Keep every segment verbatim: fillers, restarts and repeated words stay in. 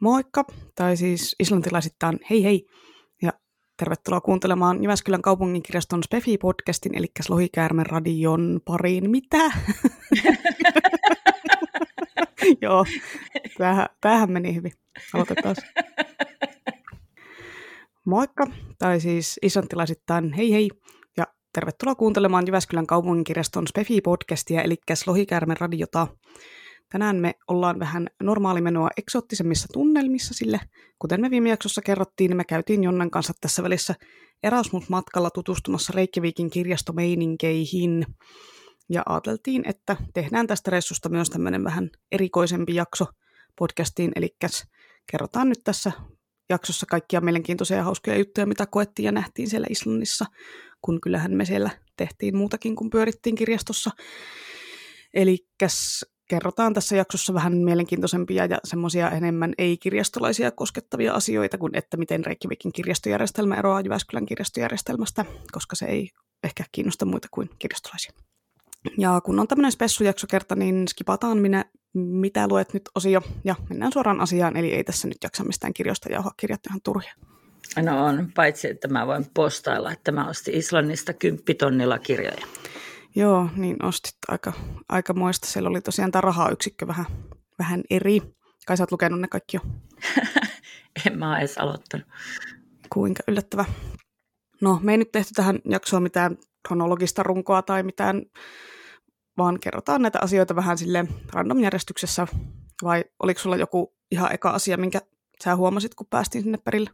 Moikka, tai siis islantilaisittain hei hei, ja tervetuloa kuuntelemaan Jyväskylän kaupunginkirjaston Spefi-podcastin, eli Lohikäärmen radion pariin. Mitä? Joo, tämähän, tämähän meni hyvin. Aloitetaan. Moikka, tai siis islantilaisittain hei hei, ja tervetuloa kuuntelemaan Jyväskylän kaupunginkirjaston Spefi-podcastia, eli Lohikäärmen radiota. Tänään me ollaan vähän normaalimenoa eksoottisemmissa tunnelmissa, sille kuten me viime jaksossa kerrottiin, niin me käytiin Jonnen kanssa tässä välissä Erasmus-matkalla tutustumassa Reykjavikin kirjastomeininkeihin. Ja ajateltiin, että tehdään tästä reissusta myös tämmöinen vähän erikoisempi jakso podcastiin, eli kerrotaan nyt tässä jaksossa kaikkia mielenkiintoisia ja hauskoja juttuja, mitä koettiin ja nähtiin siellä Islannissa, kun kyllähän me siellä tehtiin muutakin kuin pyörittiin kirjastossa. Elikkäs kerrotaan tässä jaksossa vähän mielenkiintoisempia ja semmoisia enemmän ei-kirjastolaisia koskettavia asioita kuin että miten Reykjavikin kirjastojärjestelmä eroaa Jyväskylän kirjastojärjestelmästä, koska se ei ehkä kiinnosta muita kuin kirjastolaisia. Ja kun on tämmöinen spessujaksokerta, niin skipataan minä mitä luet nyt -osio ja mennään suoraan asiaan, eli ei tässä nyt jaksa mistään kirjoista jauhaa, kirjat ihan turhia. No on, paitsi että mä voin postailla, että mä ostin Islannista kymppitonnilla kirjoja. Joo, niin ostit aika, aika moista. Siellä oli tosiaan tämä rahayksikkö vähän, vähän eri. Kai sä oot lukenut ne kaikki jo. En mä edes aloittanut. Kuinka yllättävä. No, me ei nyt tehty tähän jaksoon mitään chronologista runkoa tai mitään, vaan kerrotaan näitä asioita vähän silleen random-järjestyksessä. Vai oliko sulla joku ihan eka asia, minkä sä huomasit, kun päästiin sinne perille?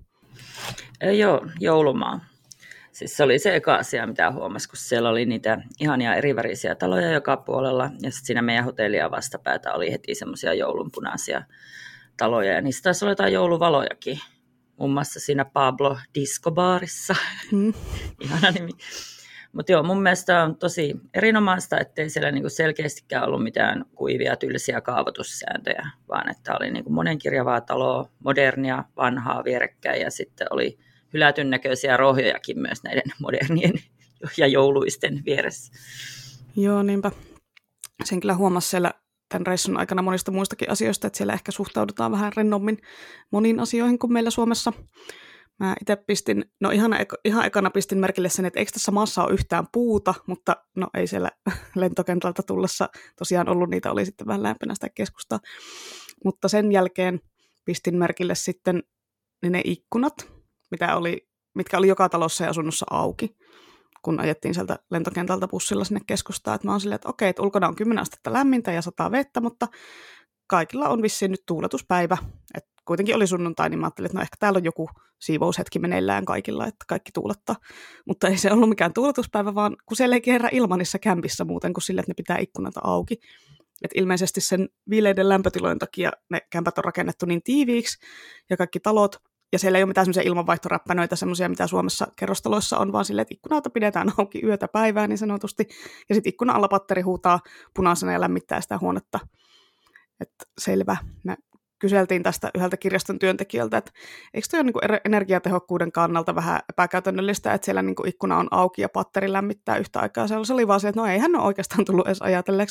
E, joo, joulumaa. Siis se oli se eka asia, mitä huomasi, kun siellä oli niitä ihania erivärisiä taloja joka puolella. Ja sitten siinä meidän hotellia vastapäätä oli heti semmoisia joulunpunaisia taloja. Ja niistä taisi olla jotain jouluvalojakin. Muun muassa siinä Pablo Disco-baarissa. Mm. Ihana nimi. Mutta joo, mun mielestä on tosi erinomaista, ettei siellä niinku selkeästikään ollut mitään kuivia, tylsiä kaavoitussääntöjä, vaan että oli niinku monenkirjavaa taloa, modernia, vanhaa, vierekkäin ja sitten oli hylätyn näköisiä rohjojakin myös näiden modernien ja jouluisten vieressä. Joo, niinpä. Sen kyllä huomasi siellä tämän reissun aikana monista muistakin asioista, että siellä ehkä suhtaudutaan vähän rennommin moniin asioihin kuin meillä Suomessa. Mä itse pistin, no ihan, ihan ekana pistin merkille sen, että eikö tässä maassa ole yhtään puuta, mutta no ei siellä lentokentältä tullessa tosiaan ollut, niitä oli sitten vähän lähempänä sitä keskustaa. Mutta sen jälkeen pistin merkille sitten ne ikkunat, mitä oli, mitkä oli joka talossa ja asunnossa auki, kun ajettiin sieltä lentokentältä bussilla sinne keskustaan. Että mä oon silleen, että okei, että ulkona on kymmenen astetta lämmintä ja sataa vettä, mutta kaikilla on vissiin nyt tuuletuspäivä. Et kuitenkin oli sunnuntai, niin mä ajattelin, että no ehkä täällä on joku siivoushetki meneillään kaikilla, että kaikki tuulettaa. Mutta ei se ollut mikään tuuletuspäivä, vaan kun siellä ei kierrä ilma niissä kämpissä muuten kuin sille, että ne pitää ikkunata auki. Et ilmeisesti sen viileiden lämpötilojen takia ne kämpät on rakennettu niin tiiviiksi ja kaikki talot, ja siellä ei ole mitään semmoisia ilmanvaihtoräppänöitä, semmoisia, mitä Suomessa kerrostaloissa on, vaan silleen, että ikkunoita pidetään auki yötä päivää niin sanotusti. Ja sitten ikkunan alla patteri huutaa punaisena ja lämmittää sitä huonetta. Että selvä. Me kyseltiin tästä yhdeltä kirjaston työntekijältä, että eikö toi ole niinku energiatehokkuuden kannalta vähän epäkäytännöllistä, että siellä niinku ikkuna on auki ja patteri lämmittää yhtä aikaa. Se oli vaan se, että no eihän ole oikeastaan tullut edes ajatelleeksi.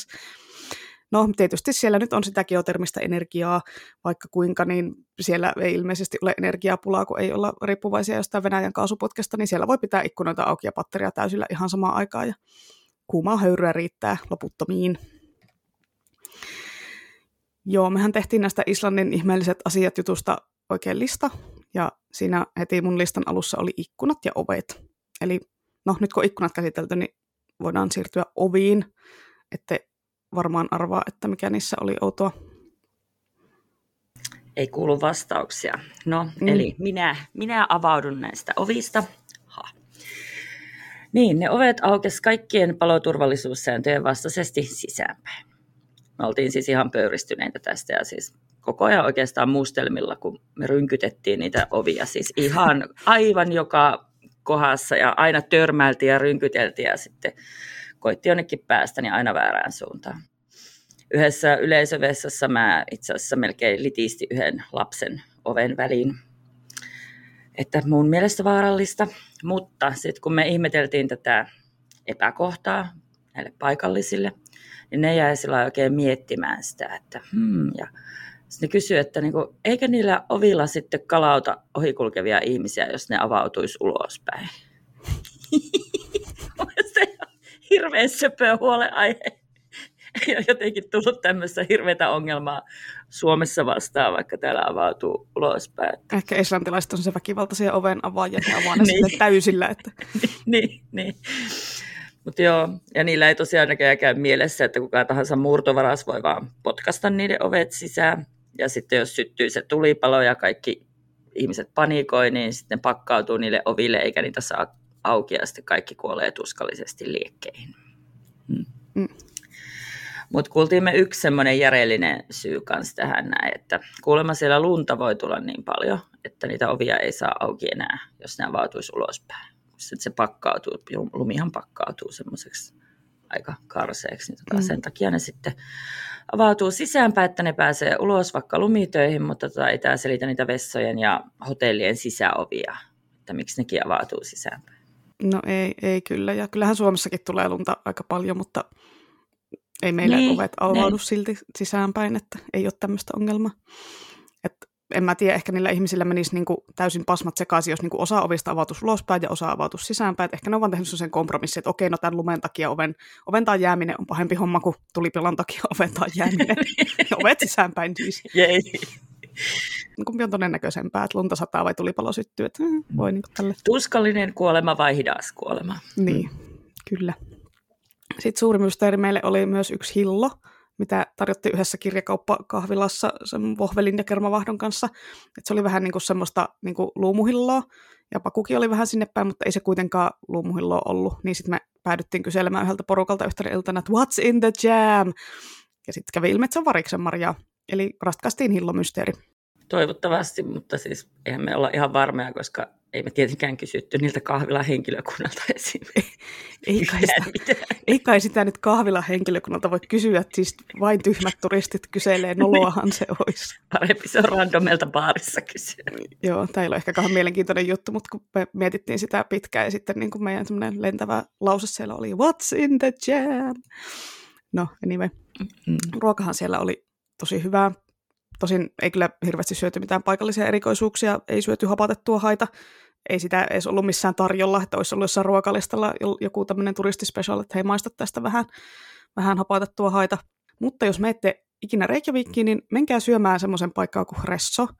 No tietysti siellä nyt on sitä geotermistä energiaa, vaikka kuinka, niin siellä ei ilmeisesti ole energiapulaa, kun ei olla riippuvaisia jostain Venäjän kaasuputkesta, niin siellä voi pitää ikkunoita auki ja patteria täysillä ihan samaan aikaan, ja kuumaa höyryä riittää loputtomiin. Joo, mehän tehtiin näistä Islannin ihmeelliset asiat jutusta oikein lista, ja siinä heti mun listan alussa oli ikkunat ja ovet. Eli no nyt kun ikkunat käsitelty, niin voidaan siirtyä oviin, että varmaan arvaa, että mikä niissä oli outoa. Ei kuulu vastauksia. No, mm. eli minä, minä avaudun näistä ovista. Ha. Niin, ne ovet aukesi kaikkien paloturvallisuussääntöjen vastaisesti sisäänpäin. Me oltiin siis ihan pöyristyneitä tästä ja siis koko ajan oikeastaan muustelmilla, kun me rynkytettiin niitä ovia. Siis ihan aivan joka kohdassa ja aina törmäiltiin ja rynkyteltiin ja sitten koitti jonnekin päästä niin aina väärään suuntaan. Yhdessä yleisövessassa mä itse asiassa melkein litisti yhden lapsen oven väliin. Että mun mielestä vaarallista, mutta sitten kun me ihmeteltiin tätä epäkohtaa näille paikallisille, niin ne jäi sillä oikein miettimään sitä, että hmm, ja Sitten ne kysyy, että niinku, eikö niillä ovilla sitten kalauta ohikulkevia ihmisiä, jos ne avautuisi ulospäin. Se on hirveän söpöä huolenaihe. Ei ole jotenkin tullut tämmöistä hirveätä ongelmaa Suomessa vastaan, vaikka täällä avautuu ulospäin. Ehkä islantilaiset on se väkivaltaisia oven avaajia, ja avaa ne niin. Sitten täysillä. Että... niin, niin. Mutta joo, ja niillä ei tosiaan näköjään käy mielessä, että kuka tahansa murtovaras voi vaan potkasta niiden ovet sisään. Ja sitten jos syttyy se tulipalo ja kaikki ihmiset panikoi, niin sitten pakkautuu niille oville, eikä niitä saa auki, ja sitten kaikki kuolee tuskallisesti liekkeihin. Hmm. Mm. Mutta kuultiin me yksi semmoinen järjellinen syy kanssa tähän näin, että kuulemma siellä lunta voi tulla niin paljon, että niitä ovia ei saa auki enää, jos ne avautuisi ulospäin. Sitten se pakkautuu, lumihan pakkautuu semmoiseksi aika karseeksi, niin tota mm. sen takia ne sitten avautuu sisäänpäin, että ne pääsee ulos vaikka lumitöihin, mutta tota ei tämä selitä niitä vessojen ja hotellien sisäovia, että miksi nekin avautuu sisäänpäin. No ei, ei kyllä, ja kyllähän Suomessakin tulee lunta aika paljon, mutta ei meillä niin, ovet avaudu niin. silti sisäänpäin, että ei ole tämmöistä ongelmaa. Että en mä tiedä, ehkä niillä ihmisillä menisi niinku täysin pasmat sekaisin, jos niinku osa ovista avautuisi ulospäin ja osa avautuisi sisäänpäin. Et ehkä ne on vaan tehnyt sen kompromissin, että okei, no tämän lumen takia oven, oventaan jääminen on pahempi homma kuin tulipilan takia oventaan jääminen. Ovet sisäänpäin siis. Jei. Kumpi on todennäköisempää, että lunta sataa vai tulipalo syttyy? Että voi niinku tälle. Tuskallinen kuolema vai hidas kuolema? Niin, kyllä. Sitten suuri mysteeri meille oli myös yksi hillo, mitä tarjottiin yhdessä kirjakauppakahvilassa sen vohvelin ja kermavahdon kanssa. Et se oli vähän niin kuin semmoista niin kuin luumuhilloa, ja pakukin oli vähän sinne päin, mutta ei se kuitenkaan luumuhilloa ollut. Niin sitten me päädyttiin kyselemään yhdeltä porukalta yhtenä iltana, että what's in the jam? Ja sitten kävi ilmi, että se on variksen marjaa. Eli ratkaistiin hillomysteeri. Toivottavasti, mutta siis eihän me olla ihan varmoja, koska ei me tietenkään kysytty niiltä kahvilan henkilökunnalta esimerkiksi. Ei kai, sitä, ei kai sitä nyt kahvilan henkilökunnalta voi kysyä, että siis vain tyhmät turistit kyselee, noloahan se olisi. Parempi se on randomelta baarissa kysyä. Joo, tämä ei ole ehkä kauhean mielenkiintoinen juttu, mutta kun me mietittiin sitä pitkään ja sitten niin kuin meidän semmoinen lentävä lause siellä oli, what's in the jam? No, anyway. Mm-hmm. Ruokahan siellä oli tosi hyvää. Tosin ei kyllä hirveästi syöty mitään paikallisia erikoisuuksia, ei syöty hapatettua haita, ei sitä edes ollut missään tarjolla, että olisi ollut jossain ruokalistalla joku tämmöinen turistispecial, että hei, maista tästä vähän, vähän hapatettua haita. Mutta jos menette ikinä Reykjavikiin, niin menkää syömään semmoisen paikkaa kuin Resso.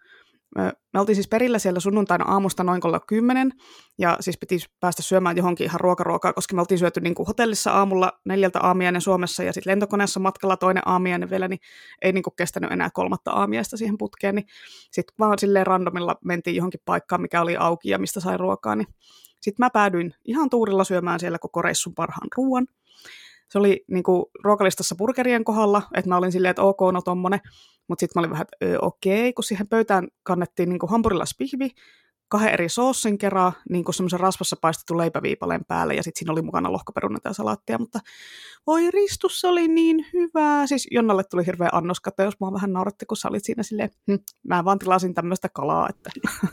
Me oltiin siis perillä siellä sunnuntaina aamusta noin kello kymmenen, ja siis piti päästä syömään johonkin ihan ruokaruokaa, koska me oltiin syöty niin kuin hotellissa aamulla neljältä aamiainen Suomessa, ja sitten lentokoneessa matkalla toinen aamiainen vielä, niin ei niin kuin kestänyt enää kolmatta aamiaista siihen putkeen, niin sitten vaan silleen randomilla mentiin johonkin paikkaan, mikä oli auki ja mistä sai ruokaa, niin sitten mä päädyin ihan tuurilla syömään siellä koko reissun parhaan ruoan. Se oli niin kuin ruokalistassa burgerien kohdalla, että mä olin silleen, että ok, no tommonen. Mutta sitten mä olin vähän, että okei, kun siihen pöytään kannettiin niin kuin hampurilaispihvi, kahden eri soossin kerran, niin kuin semmoisen rasvassa paistettu leipäviipaleen päälle, ja sitten siinä oli mukana lohkoperunat ja salaattia, mutta voi Ristus, se oli niin hyvää. Siis Jonnalle tuli hirveä annos, kato, jos mua vähän nauratti, kun sä olit siinä silleen, hm, mä vaan tilasin tämmöistä kalaa. Että.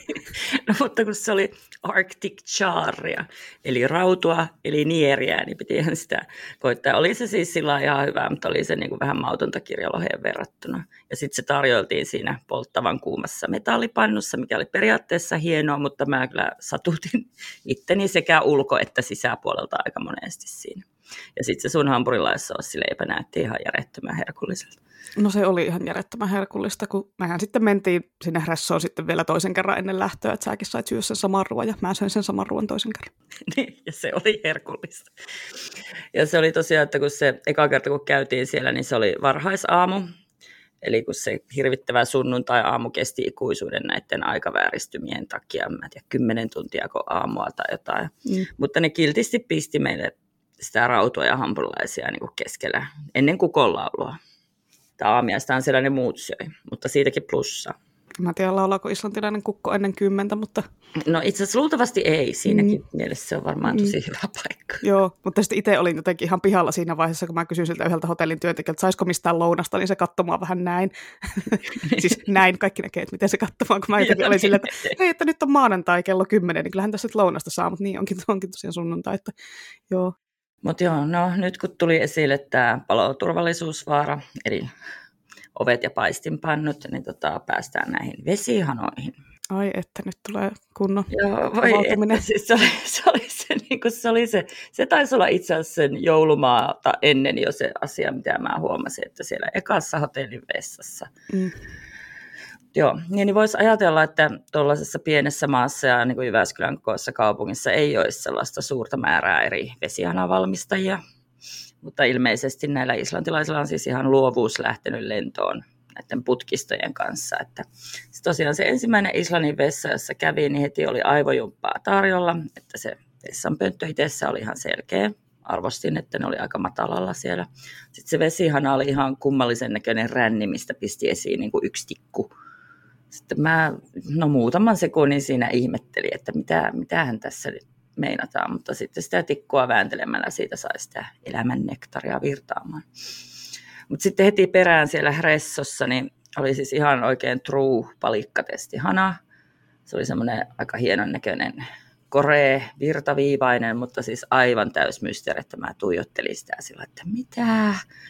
No mutta kun se oli Arctic charia, eli rautua, eli nieriä, niin pitihän sitä koittaa. Oli se siis sillä ihan hyvää, mutta oli se niin kuin vähän mautonta kirjoloheen verrattuna. Ja sitten se tarjoltiin siinä polttavan kuumassa metallipannussa, mikä oli periaatteessa hienoa, mutta mä kyllä satutin itteni sekä ulko- että sisäpuolelta aika monesti siinä. Ja sitten se sun hampurilaissoossileipä näytti ihan järjettömän herkulliselta. No se oli ihan järjettömän herkullista, kun mehän sitten mentiin sinne Ressoon sitten vielä toisen kerran ennen lähtöä, että säkin sait syödä sen saman ruoan ja mä söin sen saman ruoan toisen kerran. Niin, ja se oli herkullista. Ja se oli tosiaan, että kun se eka kerta kun käytiin siellä, niin se oli varhaisaamu. Eli kun se hirvittävä sunnuntai-aamu kesti ikuisuuden näiden aikavääristymien takia, mä en tiedä, kymmenen tuntia aamua tai jotain. Mm. Mutta ne kiltisti pisti meille sitä rautua ja hampurilaisia niin kuin keskellä, ennen kukonlaulua. Tämä aamiaista on siellä ne muut söi, mutta siitäkin plussa. Mä en tiedä, laulaako islantilainen kukko ennen kymmentä, mutta... No itse asiassa luultavasti ei. Siinäkin mm. mielessä se on varmaan tosi mm. hyvä paikka. Joo, mutta sitten itse olin jotenkin ihan pihalla siinä vaiheessa, kun mä kysyin siltä yhdeltä hotellin työntekijältä, että saisiko mistään lounasta, niin se katsomaan vähän näin. Siis näin, kaikki näkee, että miten se katsomaan, kun mä jotenkin olin silleen, että hei, että nyt on maanantai kello kymmenen, niin kyllähän tässä lounasta saa, mutta niin onkin, onkin tosiaan sunnuntai, että joo. Mutta joo, no nyt kun tuli esille tämä paloturvallisuusvaara, eli ovet ja paistinpannut, niin tota, päästään näihin vesihanoihin. Ai että, nyt tulee kunnon Joo, voi että, siis se oli se, oli se, niin kuin se, oli se, se taisi olla itse asiassa sen joulumaata ennen jo se asia, mitä mä huomasin, että siellä ekassa hotellin vessassa. Mm. Joo, niin voisi ajatella, että tuollaisessa pienessä maassa ja niin kuin Jyväskylän kokoisessa kaupungissa ei olisi sellaista suurta määrää eri vesihanavalmistajia, mutta ilmeisesti näillä islantilaisilla on siis ihan luovuus lähtenyt lentoon näiden putkistojen kanssa. Että se tosiaan se ensimmäinen Islannin vessa, jossa kävi, niin heti oli aivojumppaa tarjolla, että se vessanpönttö itsessä oli ihan selkeä. Arvostin, että ne oli aika matalalla siellä. Sitten se vesihana oli ihan kummallisen näköinen ränni, mistä pisti esiin niin kuin yksi tikku. Sitten mä no muutaman sekunnin siinä ihmettelin, että mitä, mitähän tässä nyt meinataan, mutta sitten sitä tikkua vääntelemällä siitä sai sitä elämän nektaria virtaamaan. Mutta sitten heti perään siellä Ressossa niin oli siis ihan oikein true palikkatestihana. Se oli semmoinen aika hienon näköinen korea, virtaviivainen, mutta siis aivan täysmysteeri, että mä tuijottelin sitä sillä, että mitä?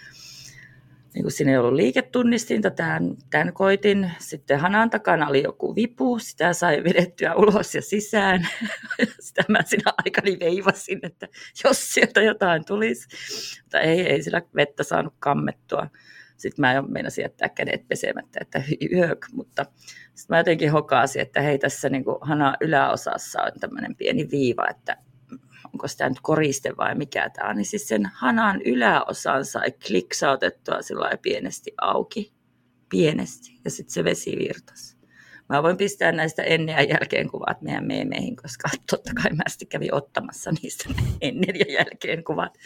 Niin kun siinä ei ollut liiketunnistinta, tämän, tämän koitin. Sitten hanan takana oli joku vipu, sitä sai vedettyä ulos ja sisään. Sitä mä siinä aikani veivasin, että jos sieltä jotain tulisi. Mutta ei, ei sillä vettä saanut kammettua. Sitten mä meinasin jättää kädet pesemättä, että hyök. Mutta sitten mä jotenkin hokaasin, että hei tässä niin kuin hanan yläosassa on tämmöinen pieni viiva, että onko tämä nyt koriste vai mikä tämä on, niin siis sen hanan yläosan sai kliksautettua sillä pienesti auki, pienesti, ja sitten se vesi virtasi. Mä voin pistää näistä ennen ja jälkeen kuvat meidän meemeihin, koska totta kai mä sitten kävin ottamassa niistä ennen ja jälkeen kuvat.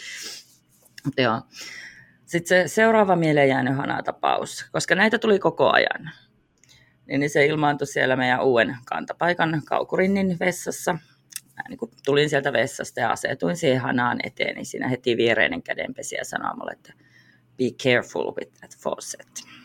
Joo. Sitten se seuraava mieleen jäänyt hanatapaus, koska näitä tuli koko ajan, niin se ilmaantui siellä meidän uuden kantapaikan Kaukurinnin vessassa. Mä niin kun tulin sieltä vessasta ja asetuin siihen hanaan eteen, niin siinä heti viereinen kädenpesijä sanoi mulle, että be careful with that faucet.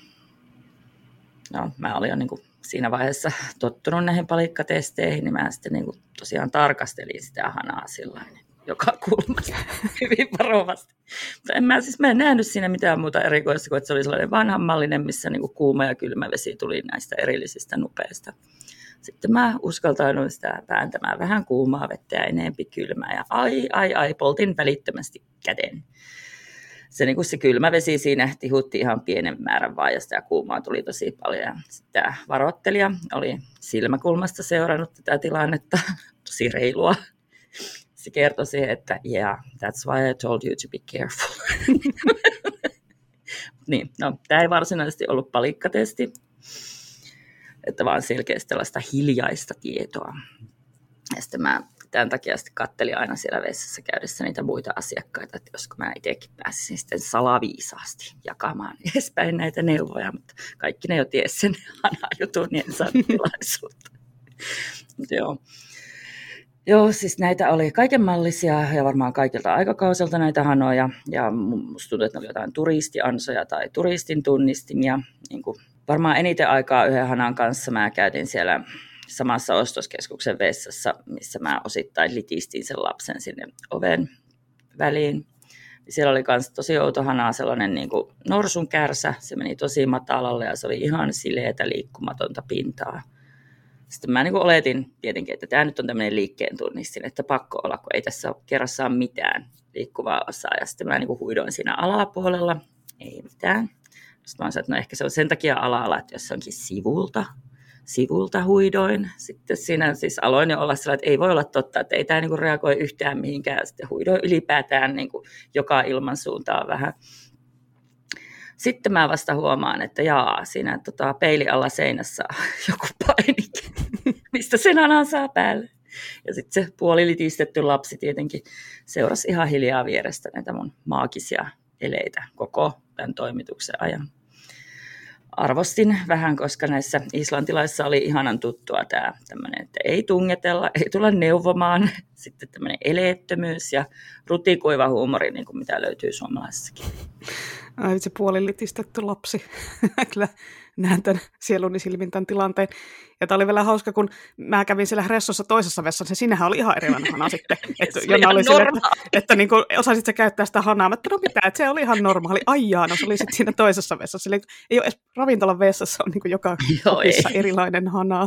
No, mä olin jo niin kuin siinä vaiheessa tottunut näihin palikkatesteihin, niin mä sitten niin kuin tosiaan tarkastelin sitä hanaa sillain joka kulmasta hyvin varovasti. Mutta en mä siis mä en nähnyt siinä mitään muuta erikoista kuin, että se oli sellainen vanhanmallinen, missä niin kuin kuuma ja kylmä vesi tuli näistä erillisistä nupeista. Sitten mä uskaltauduin sitä vääntämään vähän kuumaa vettä ja enempi kylmää. Ja ai, ai, ai, poltin välittömästi käden. Se, niin kuin se kylmä vesi siinä tihutti ihan pienen määrän vaajasta ja kuumaa tuli tosi paljon. Ja sitten tämä varoittelija oli silmäkulmasta seurannut tätä tilannetta, tosi reilua. Se kertoi siihen, että yeah, that's why I told you to be careful. Niin, no, tämä ei varsinaisesti ollut palikkatesti, että vaan selkeästi tällaista hiljaista tietoa. Ja sitten mä tämän takia sitten kattelin aina siellä vessassa käydessä niitä muita asiakkaita, että josko mä itsekin pääsisin sitten salaviisaasti jakamaan edespäin näitä neuvoja, mutta kaikki ne jo tiesi sen hanajutun, niin en saanut tilaisuutta. Joo. Joo, siis näitä oli kaikenmallisia ja varmaan kaikilta aikakausilta näitä hanoja. Ja musta tuntuu, että ne oli jotain turistiansoja tai turistin tunnistimia. Niin kuin varmaan eniten aikaa yhden hanan kanssa mä käytin siellä samassa ostoskeskuksen vessassa, missä mä osittain litistin sen lapsen sinne oven väliin. Siellä oli myös tosi outo hanaa, sellainen niin kuin norsun kärsä. Se meni tosi matalalle ja se oli ihan sileätä liikkumatonta pintaa. Sitten mä niin kuin oletin tietenkin, että tämä nyt on tämmöinen liikkeen tunnistin, että pakko olla, kun ei tässä ole kerrassaan mitään liikkuvaa osaa. Ja sitten mä niin kuin huidoin siinä alapuolella, ei mitään. Sitten mä sanoin, että no ehkä se on sen takia ala-ala, että jos se onkin sivulta, sivulta huidoin. Sitten siinä siis aloin jo olla sellainen, että ei voi olla totta, että ei tämä niin kuin reagoi yhtään mihinkään. Sitten huidoin ylipäätään niin kuin joka ilmansuuntaan vähän. Sitten mä vasta huomaan, että jaa, siinä tota, peili alla seinässä joku painike, mistä sen hanan saa päälle. Ja sitten se puolilitistetty lapsi tietenkin seurasi ihan hiljaa vierestä näitä mun maagisia eleitä koko tämän toimituksen ajan. Arvostin vähän, koska näissä islantilaisissa oli ihanan tuttua tämä tämmöinen, että ei tungetella, ei tulla neuvomaan. Sitten tämmöinen eleettömyys ja rutikuiva huumori, niin kuin mitä löytyy suomalaisessakin. Ai se puolilitistetty lapsi. Kyllä näen tämän sieluni silmin tämän tilanteen. Ja tämä oli vielä hauska, kun mä kävin siellä Ressossa toisessa vessassa, ja siinähän oli ihan erilainen hana sitten. Että Jonna oli sille, että, että niin kuin, osasit sä käyttää sitä hanaa. Mä no mitä, että se oli ihan normaali. Ai jaa, no se oli sitten siinä toisessa vessassa. Eli ei ole edes ravintolan vessassa on niin kuin joka kopissa erilainen hana.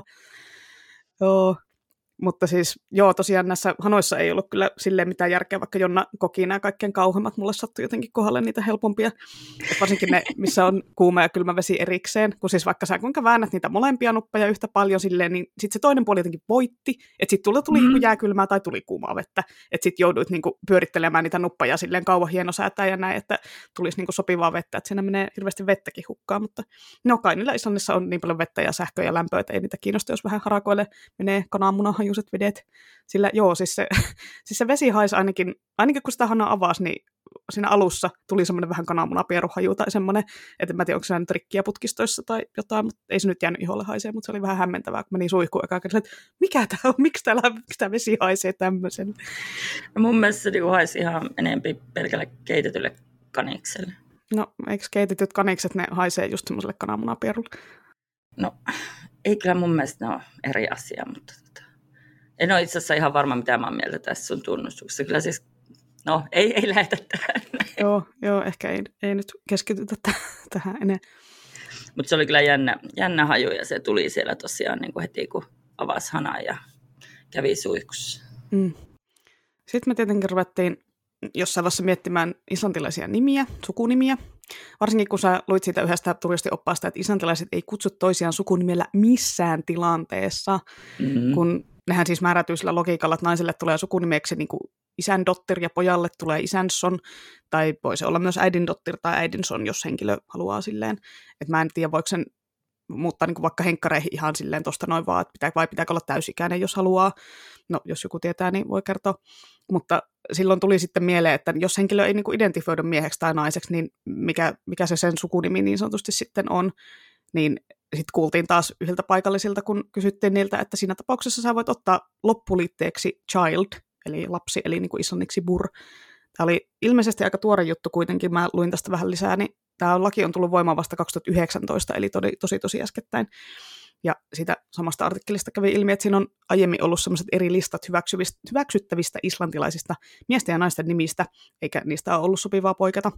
Joo. Mutta siis, joo, tosiaan näissä hanoissa ei ollut kyllä silleen mitään järkeä, vaikka Jonna koki nämä kaikkein kauheimmat. Mulle sattui jotenkin kohdalle niitä helpompia. Et varsinkin ne, missä on kuuma ja kylmä vesi erikseen. Kun siis vaikka sä kuinka väännät niitä molempia nuppeja yhtä paljon silleen, niin sitten se toinen puoli jotenkin voitti. Että sitten tuli, tuli mm-hmm. jääkylmää tai tuli kuumaa vettä. Että sitten jouduit niinku pyörittelemään niitä nuppeja silleen kauan hienosäätää ja näin, että tulisi niinku sopivaa vettä. Että siinä menee hirveästi vettäkin hukkaan. Mutta no kai niillä Islannissa on niin paljon vettä ja sähköä ja lämpöä, että ei niitä kiinnosta, jos vähän harakoille menee kananmunahan juuset vedet. Sillä joo, siis se, siis se vesi haisi ainakin, ainakin kun sitä hanaa avasi, niin siinä alussa tuli semmoinen vähän kananmunapieruhaju tai semmoinen, että en mä tiedä, onko se nyt rikkiä putkistoissa tai jotain, mutta ei se nyt jäänyt iholle haisee, mutta se oli vähän hämmentävää, kun meni suihkuun ekaa kerran, että mikä tämä on, miksi täällä miksi tämä vesi haisee tämmöisen? No mun mielestä se niinku haisi ihan enempi pelkälle keitetylle kanikselle. No, eikö keitetyt kanikset, ne haisee just semmoiselle kananmunapierulle? No, ei kyllä mun mielestä ne on eri asia, mutta tota, en ole itse asiassa ihan varma, mitä mä oon mieltä tässä sun tunnustuksessa. Kyllä siis, no, ei, ei lähetä tähän. Joo, joo, ehkä ei, ei nyt keskitytä t- tähän enää. Mutta se oli kyllä jännä, jännä haju ja se tuli siellä tosiaan niin kuin heti, kun avasi hanaa ja kävi suihkussa. Mm. Sitten me tietenkin ruvettiin jossain vaiheessa miettimään islantilaisia nimiä, sukunimiä. Varsinkin kun sä luit siitä yhdestä turistioppaasta, että islantilaiset ei kutsu toisiaan sukunimellä missään tilanteessa, mm-hmm. kun nehän siis määrätyy sillä logiikalla, että naiselle tulee sukunimeksi niin kuin isän dotter ja pojalle tulee isänsson, tai voi se olla myös äidin dotter tai äidinson, jos henkilö haluaa silleen. Että mä en tiedä, voiko sen muuttaa niin kuin vaikka henkkareihin ihan silleen tuosta noin vaan, että pitää, vai pitääkö olla täysikäinen, jos haluaa. No, jos joku tietää, niin voi kertoa. Mutta silloin tuli sitten mieleen, että jos henkilö ei niin kuin identifioidu mieheksi tai naiseksi, niin mikä, mikä se sen sukunimi niin sanotusti sitten on, niin sitten kuultiin taas yhdeltä paikallisilta, kun kysyttiin niiltä, että siinä tapauksessa sä voit ottaa loppuliitteeksi child, eli lapsi, eli niin kuin islanniksi bur. Tämä oli ilmeisesti aika tuore juttu kuitenkin, mä luin tästä vähän lisää, niin tämä laki on tullut voimaan vasta kaksituhattayhdeksäntoista, eli tosi tosi, tosi äskettäin. Ja siitä samasta artikkelista kävi ilmi, että siinä on aiemmin ollut sellaiset eri listat hyväksyttävistä islantilaisista miesten ja naisten nimistä, eikä niistä ole ollut sopivaa poiketa.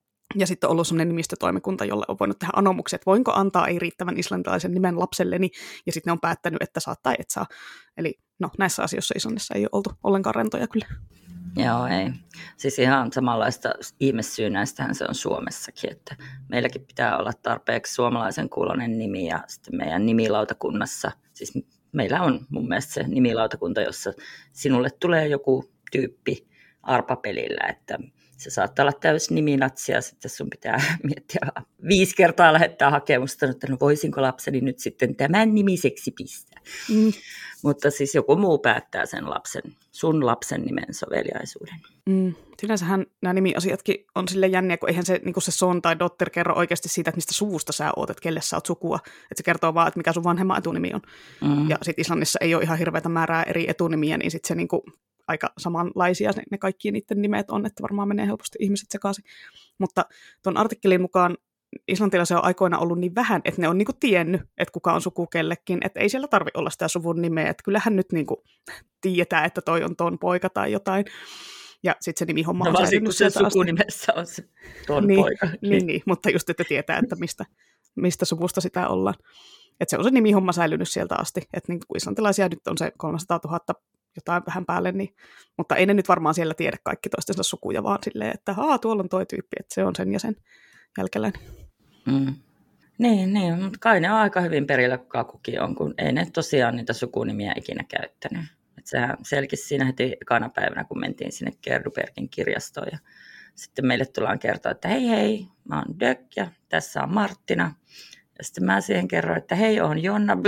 Ja sitten on ollut sellainen nimistötoimikunta, jolle on voinut tehdä anomuksia, että voinko antaa ei riittävän islantilaisen nimen lapselleni, ja sitten ne on päättänyt, että saa tai et saa. Eli no, näissä asioissa Islannissa ei ole oltu ollenkaan rentoja kyllä. Joo, ei. Siis ihan samanlaista ihmesyynäistähän se on Suomessakin, että meilläkin pitää olla tarpeeksi suomalaisen kuuloinen nimi, ja sitten meidän nimilautakunnassa, siis meillä on mun mielestä se nimilautakunta, jossa sinulle tulee joku tyyppi arpapelillä, että se saattaa olla täys niminatsi ja sitten sun pitää miettiä viisi kertaa lähettää hakemusta, että no voisinko lapseni nyt sitten tämän nimiseksi pistää. Mm. Mutta siis joku muu päättää sen lapsen, sun lapsen nimen soveliaisuuden. Mm. Sinänsähän nämä nimiasiatkin on sille jänniä, kun eihän se, niin se son tai dotter kerro oikeasti siitä, että mistä suvusta sä oot, että kelle sä oot sukua. Että se kertoo vaan, että mikä sun vanhemman etunimi on. Mm. Ja sitten Islannissa ei ole ihan hirveätä määrää eri etunimiä, niin sitten se niin kuin aika samanlaisia ne, ne kaikki niiden nimet on, että varmaan menee helposti ihmiset sekaisin. Mutta tuon artikkelin mukaan islantilaisia on aikoina ollut niin vähän, että ne on niinku tiennyt, että kuka on suku kellekin, että ei siellä tarvitse olla sitä suvun nimeä, että kyllähän nyt niinku tietää, että toi on ton poika tai jotain. Ja sitten se nimihomma no, on säilynyt kun se sukunimessä on se ton niin, poika. Niin, niin, niin, mutta just, että tietää, että mistä, mistä suvusta sitä ollaan. Että se on se nimihomma säilynyt sieltä asti, että niin kuin islantilaisia nyt on se kolmesataatuhatta jotain vähän päälle, niin, mutta ei ne nyt varmaan siellä tiedä kaikki toistensa sukuja, vaan silleen, että haa, tuolla on toi tyyppi, että se on sen ja sen jälkeläinen. Mm. Niin, niin, mutta kai ne on aika hyvin perillä, kuka kukin on, kun ei ne tosiaan niitä sukunimiä ikinä käyttänyt. Että sehän selkisi siinä heti ekana päivänä, kun mentiin sinne Kerdubergin kirjastoon, ja sitten meille tullaan kertoa, että hei hei, mä oon Dök ja tässä on Marttina. Ja sitten mä siihen kerroin, että hei, oon Jonna.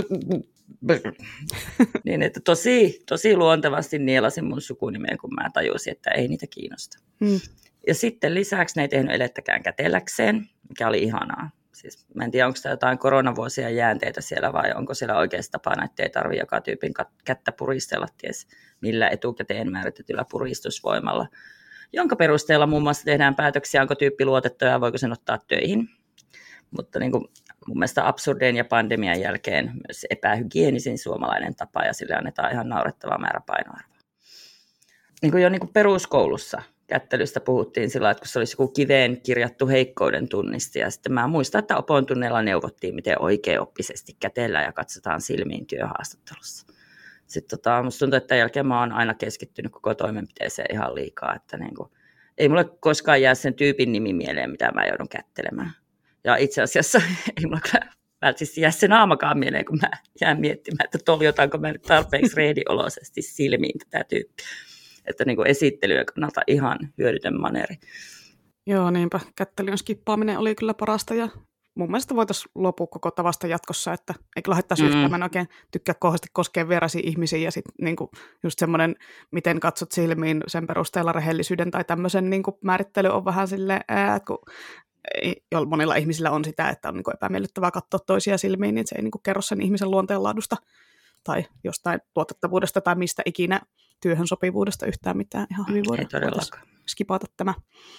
Niin, että tosi, tosi luontevasti nielasin mun sukunimeen, kun mä tajusin, että ei niitä kiinnosta. Hmm. Ja sitten lisäksi ne ei tehnyt elettäkään kätelläkseen, mikä oli ihanaa. Siis, mä en tiedä, onko tämä jotain koronavuosia jäänteitä siellä vai onko siellä oikeasti tapana, että ei tarvitse joka tyypin kättä puristella ties millä etukäteen määritetyllä puristusvoimalla. jonka perusteella muun muassa tehdään päätöksiä, onko tyyppi luotettu ja voiko sen ottaa töihin. Mutta niin kuin mun mielestä absurdein ja pandemian jälkeen myös epähygienisin suomalainen tapa, ja sille annetaan ihan naurettava määrä painoarvoa. Niin kuin jo niin kuin peruskoulussa kättelystä puhuttiin sillä, että kun se olisi joku kiveen kirjattu heikkouden tunnisti, ja sitten mä muistan, että opon tunneilla neuvottiin, miten oikeaoppisesti kätellään ja katsotaan silmiin työhaastattelussa. Sitten tota, musta tuntuu, että tämän jälkeen mä oon aina keskittynyt koko toimenpiteeseen ihan liikaa, että niin kuin, ei mulle koskaan jää sen tyypin nimi mieleen, mitä mä joudun kättelemään. Ja itse asiassa ei mulla kyllä välttämättä jää se naamakaan mieleen, kun mä jään miettimään, että toljotaanko mä nyt tarpeeksi reedioloisesti silmiin tätä tyyppiä. Että niin kuin esittelyä kannalta ihan hyödytön maneeri. Joo, niinpä. Kättelyyn skippaaminen oli kyllä parasta, ja mun mielestä voitaisiin lopua koko tavasta jatkossa, että eikö lähettäisi mm. yhtään, mä en oikein tykkää kauheasti koskea vieraisia ihmisiä, ja sitten niinku just semmoinen, miten katsot silmiin sen perusteella rehellisyyden tai tämmöisen niinku määrittely on vähän silleen, ää, kun jo monilla ihmisillä on sitä, että on niinku epämiellyttävää katsoa toisia silmiin, niin se ei niinku kerro sen ihmisen luonteenlaadusta tai jostain tuotettavuudesta tai mistä ikinä työhön sopivuudesta yhtään mitään. Ihan hyvin voidaan skipata tämä.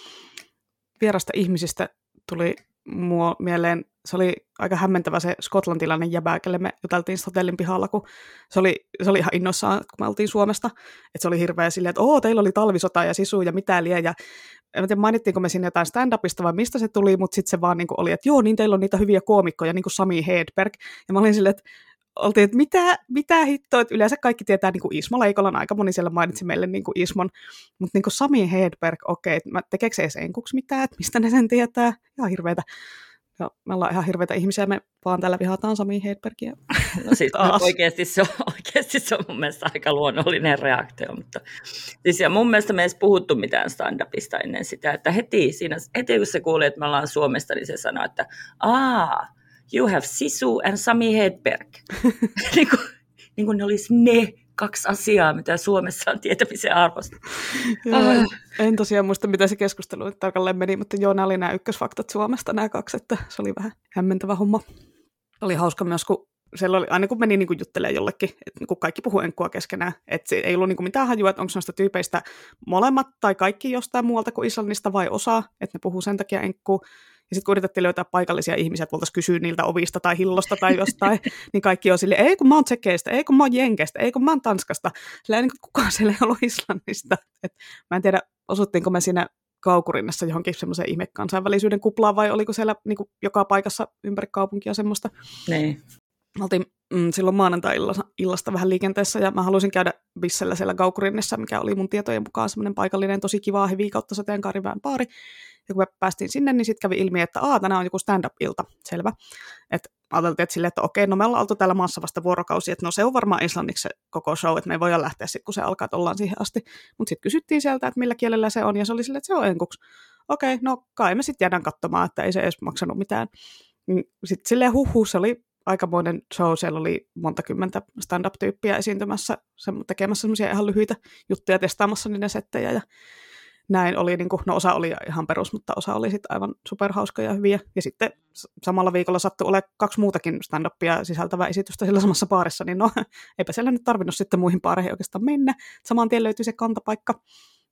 Vierasta ihmisistä tuli mua mieleen, se oli aika hämmentävä se skotlantilainen jäbä, kelle me juteltiin hotellin pihalla, kun se oli, se oli ihan innoissaan, kun me oltiin Suomesta, että se oli hirveä silleen, että oo, teillä oli talvisota ja sisu ja mitä liian, ja en tiedä, mainittiinko me sinne jotain stand-upista vai mistä se tuli, mutta sitten se vaan niin kuin oli, että joo, niin teillä on niitä hyviä koomikkoja, niin kuin Sami Hedberg, ja mä olin silleen, että oltiin, että mitä, mitä hittoa, että yleensä kaikki tietää niin kuin Ismo Leikolan, aika moni siellä mainitsi meille niin kuin Ismon, mutta niin kuin Sami Hedberg, okei, okay, tekeekö se edes enkuksi mitään, että mistä ne sen tietää, ihan hirveätä. Ja me ollaan ihan hirveitä ihmisiä, me vaan täällä vihataan Sami Hedbergia. No siis oikeasti se, on, oikeasti se on mun mielestä aika luonnollinen reaktio, mutta siis ja mun mielestä me ei edes puhuttu mitään stand-upista ennen sitä, että heti, siinä, heti kun se kuuli, että me ollaan Suomesta, niin se sanoi, että aah, you have Sisu and Sami Hedberg. niin, kuin, niin kuin ne olisi ne kaksi asiaa, mitä Suomessa on tietämisen arvosta. Joo, en, en tosiaan muista, mitä se keskustelu tarkalleen meni, mutta joo, nämä oli nämä ykkösfaktat Suomesta, nämä kaksi, että se oli vähän hämmentävä homma. Oli hauska myös, kun siellä oli, aina kun meni niin kuin juttelemaan jollekin, että kun kaikki puhuu enkkua keskenään, että se ei ollut niin kuin mitään hajua, että onko noista tyypeistä molemmat tai kaikki jostain muualta kuin Islannista vai osa, että ne puhuu sen takia enkkua. Ja sitten kun yritettiin löytää paikallisia ihmisiä, että voitaisiin kysyä niiltä ovista tai hillosta tai jostain, niin kaikki on silleen, ei kun mä oon tsekeistä, ei kun mä oon jenkeistä, ei kun mä oon Tanskasta. Sillä ei niin kukaan siellä ei ollut Islannista. Et mä en tiedä, osuttiinko me siinä Kaukurinnassa johonkin semmoiseen ihme kansainvälisyyden kuplaan vai oliko siellä niin kuin joka paikassa ympäri kaupunkia semmoista. Niin. Me oltiin mm, silloin maanantai-illasta vähän liikenteessä ja mä halusin käydä bissellä siellä Kaukurinnassa, mikä oli mun tietojen mukaan semmoinen paikallinen tosi kiva hevi kautta sateenkaariväen baari. Ja kun me päästiin sinne, niin sitten kävi ilmi, että Aa, tänään on joku stand-up-ilta, selvä. Että ajateltiin, että silleen, että okei, no me ollaan oltu täällä maassa vasta vuorokausi, että no se on varmaan islanniksi se koko show, että me ei voida lähteä sitten, kun se alkaa, että ollaan siihen asti. Mutta sitten kysyttiin sieltä, että millä kielellä se on, ja se oli silleen, että se on enkuksi. Okei, no kai me sitten jäädään katsomaan, että ei se edes maksanut mitään. Sitten silleen huhhuh, se oli aikamoinen show, siellä oli monta kymmentä stand-up-tyyppiä esiintymässä, tekemässä semmoisia ihan lyhyitä juttuja, testaamassa niiden settejä, ja näin oli, niin kuin, no osa oli ihan perus, mutta osa oli sitten aivan superhauskoja ja hyviä. Ja sitten samalla viikolla sattui olemaan kaksi muutakin stand-upia sisältävää esitystä sillä samassa baarissa, niin no eipä siellä nyt tarvinnut sitten muihin baareihin oikeastaan mennä. Saman tien löytyi se kantapaikka.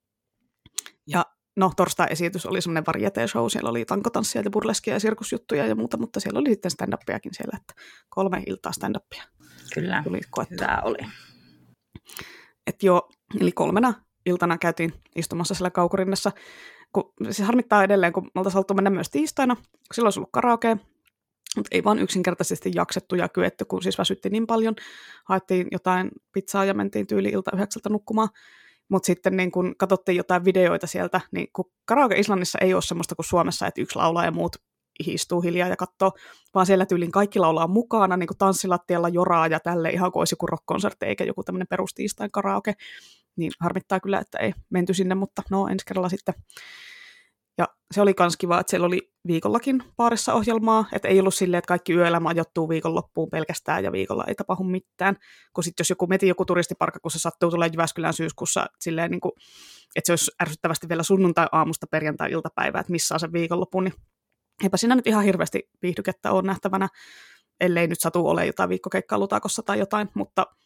Ja no torstai-esitys oli semmoinen varieté-show, siellä oli tankotanssia ja burleskia ja sirkusjuttuja ja muuta, mutta siellä oli sitten stand-upiakin siellä, että kolme iltaa stand-upia. Kyllä, tuli hyvä oli. Että joo, eli kolmena iltana käytiin istumassa siellä Kaukurinnassa, kun se harmittaa edelleen, kun me oltaisiin haluttu mennä myös tiistaina, kun silloin olisi ollut karaokea, mutta ei vaan yksinkertaisesti jaksettu ja kyetty, kun siis väsytti niin paljon. Haettiin jotain pizzaa ja mentiin tyyli ilta yhdeksältä nukkumaan, mutta sitten niin kun katsottiin jotain videoita sieltä, niin kun karaoke Islannissa ei ole semmoista kuin Suomessa, että yksi laulaa ja muut istuu hiljaa ja katsoo, vaan siellä tyylin kaikki laulaa mukana, niin kuin tanssilattialla joraa ja tälleen ihan kuin olisi joku rock-konsertti eikä joku tämmöinen perustiistain karaoke. Niin harmittaa kyllä, että ei menty sinne, mutta no ensi kerralla sitten. Ja se oli kans kiva, että siellä oli viikollakin baarissa ohjelmaa, että ei ollut silleen, että kaikki yöelämä ajoittuu viikonloppuun pelkästään ja viikolla ei tapahdu mitään. Kun sitten jos joku meti joku turistiparkka, kun se sattuu tulee Jyväskylän syyskuussa, silleen niin kuin, että se olisi ärsyttävästi vielä sunnuntai-aamusta perjantai-iltapäivää, että missä on se viikonloppu, niin eipä siinä nyt ihan hirveästi viihdykettä ole nähtävänä, ellei nyt satu ole jotain viikkokeikkaa Lutakossa tai jotain, mutta